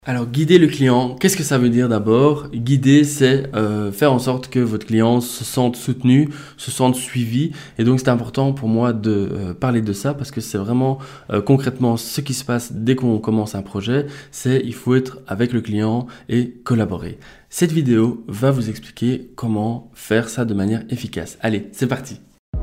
Alors, guider le client, qu'est-ce que ça veut dire d'abord? Guider, c'est faire en sorte que votre client se sente soutenu, se sente suivi. Et donc, c'est important pour moi de parler de ça parce que c'est vraiment concrètement ce qui se passe dès qu'on commence un projet. C'est il faut être avec le client et collaborer. Cette vidéo va vous expliquer comment faire ça de manière efficace. Allez, c'est parti!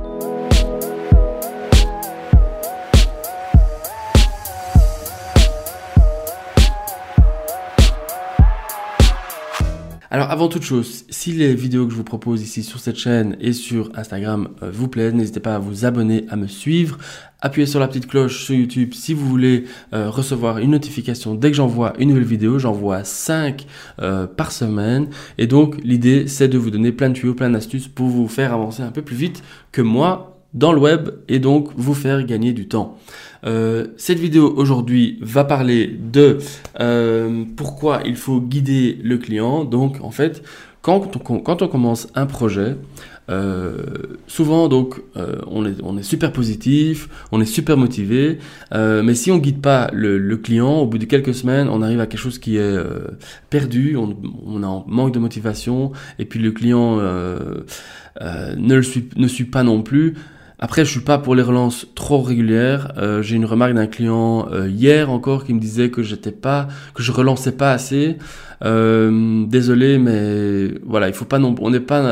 Alors avant toute chose, si les vidéos que je vous propose ici sur cette chaîne et sur Instagram vous plaisent, n'hésitez pas à vous abonner, à me suivre, appuyez sur la petite cloche sur YouTube si vous voulez recevoir une notification dès que j'envoie une nouvelle vidéo. J'envoie 5 par semaine et donc l'idée c'est de vous donner plein de tuyaux, plein d'astuces pour vous faire avancer un peu plus vite que moi dans le web et donc vous faire gagner du temps. Cette vidéo aujourd'hui va parler de pourquoi il faut guider le client. Donc en fait, quand on commence un projet, souvent donc on est super positif, on est super motivé, mais si on guide pas le client, au bout de quelques semaines, on arrive à quelque chose qui est perdu, on est en manque de motivation et puis le client ne suit pas non plus. Après, je suis pas pour les relances trop régulières. J'ai une remarque d'un client hier encore qui me disait que je relançais pas assez. Désolé, mais voilà, il faut pas non, on n'est pas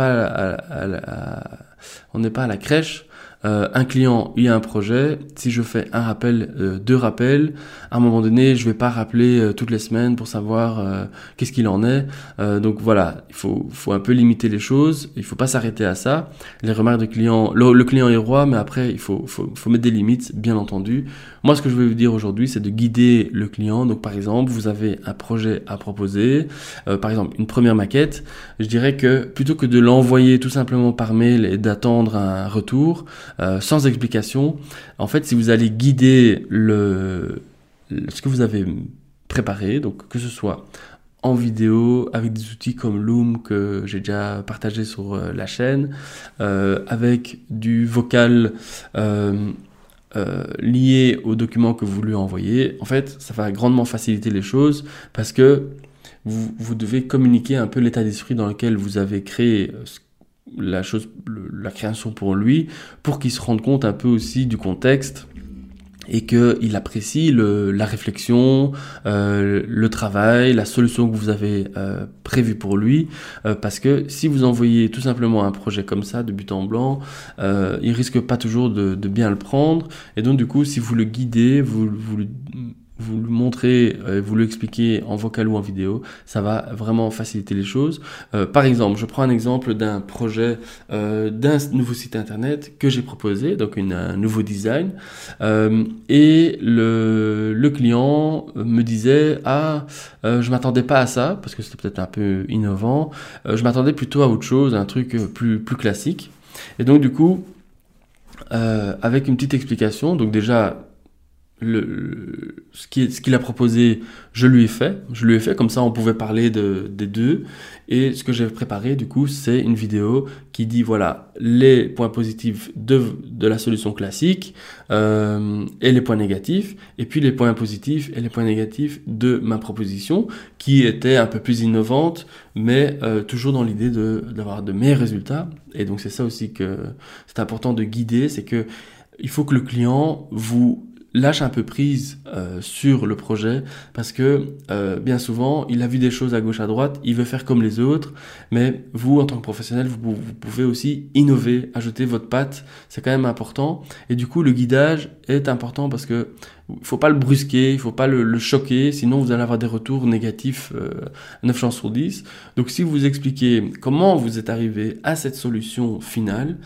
à la crèche. Un client, il y a un projet. Si je fais un rappel, 2 rappels, à un moment donné, je vais pas rappeler toutes les semaines pour savoir qu'est-ce qu'il en est. Donc voilà, il faut un peu limiter les choses. Il faut pas s'arrêter à ça. Les remarques du client, le client est roi, mais après, il faut mettre des limites, bien entendu. Moi, ce que je vais vous dire aujourd'hui, c'est de guider le client. Donc par exemple, vous avez un projet à proposer, par exemple une première maquette. Je dirais que plutôt que de l'envoyer tout simplement par mail et d'attendre un retour, sans explication. En fait, si vous allez guider ce que vous avez préparé, donc que ce soit en vidéo, avec des outils comme Loom que j'ai déjà partagé sur la chaîne, avec du vocal lié au document que vous lui envoyez, en fait, ça va grandement faciliter les choses parce que vous devez communiquer un peu l'état d'esprit dans lequel vous avez créé la création pour lui, pour qu'il se rende compte un peu aussi du contexte et qu'il apprécie la réflexion, le travail, la solution que vous avez prévue pour lui, parce que si vous envoyez tout simplement un projet comme ça de but en blanc, il risque pas toujours de bien le prendre, et donc du coup si vous le guidez, vous le montrez, vous l'expliquez en vocal ou en vidéo, ça va vraiment faciliter les choses. Par exemple, je prends un exemple d'un projet d'un nouveau site internet que j'ai proposé, donc un nouveau design, et le client me disait je m'attendais pas à ça parce que c'était peut-être un peu innovant, je m'attendais plutôt à autre chose, un truc plus classique. Et donc du coup, avec une petite explication, donc déjà ce qu'il a proposé, je lui ai fait, comme ça on pouvait parler des deux, et ce que j'ai préparé du coup c'est une vidéo qui dit voilà les points positifs de la solution classique et les points négatifs, et puis les points positifs et les points négatifs de ma proposition qui était un peu plus innovante mais toujours dans l'idée d'avoir de meilleurs résultats. Et donc c'est ça aussi que c'est important de guider, c'est que il faut que le client vous lâche un peu prise sur le projet parce que bien souvent il a vu des choses à gauche à droite, il veut faire comme les autres, mais vous en tant que professionnel vous pouvez aussi innover, ajouter votre patte, c'est quand même important. Et du coup le guidage est important parce que il faut pas le brusquer, il faut pas le choquer, sinon vous allez avoir des retours négatifs 9 chances sur 10. Donc si vous expliquez comment vous êtes arrivé à cette solution finale,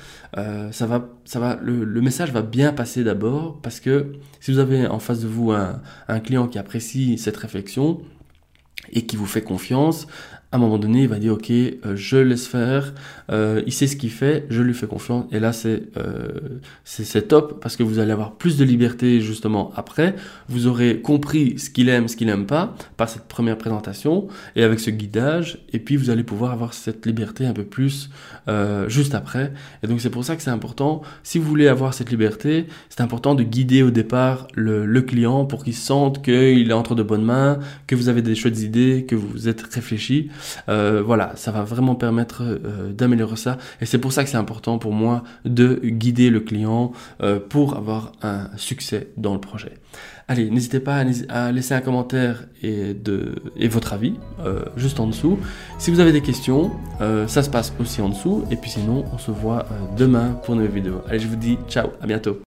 le message va bien passer d'abord, parce que si vous avez en face de vous un client qui apprécie cette réflexion et qui vous fait confiance, à un moment donné, il va dire ok, je laisse faire, il sait ce qu'il fait, je lui fais confiance. Et là, c'est top parce que vous allez avoir plus de liberté justement après. Vous aurez compris ce qu'il aime, ce qu'il n'aime pas par cette première présentation et avec ce guidage. Et puis vous allez pouvoir avoir cette liberté un peu plus juste après. Et donc c'est pour ça que c'est important. Si vous voulez avoir cette liberté, c'est important de guider au départ le client pour qu'il sente qu'il est entre de bonnes mains, que vous avez des chouettes idées, que vous êtes réfléchi. Voilà, ça va vraiment permettre d'améliorer ça. Et c'est pour ça que c'est important pour moi de guider le client pour avoir un succès dans le projet. Allez, n'hésitez pas à laisser un commentaire et votre avis juste en dessous. Si vous avez des questions, ça se passe aussi en dessous. Et puis sinon, on se voit demain pour une nouvelle vidéo. Allez, je vous dis ciao, à bientôt.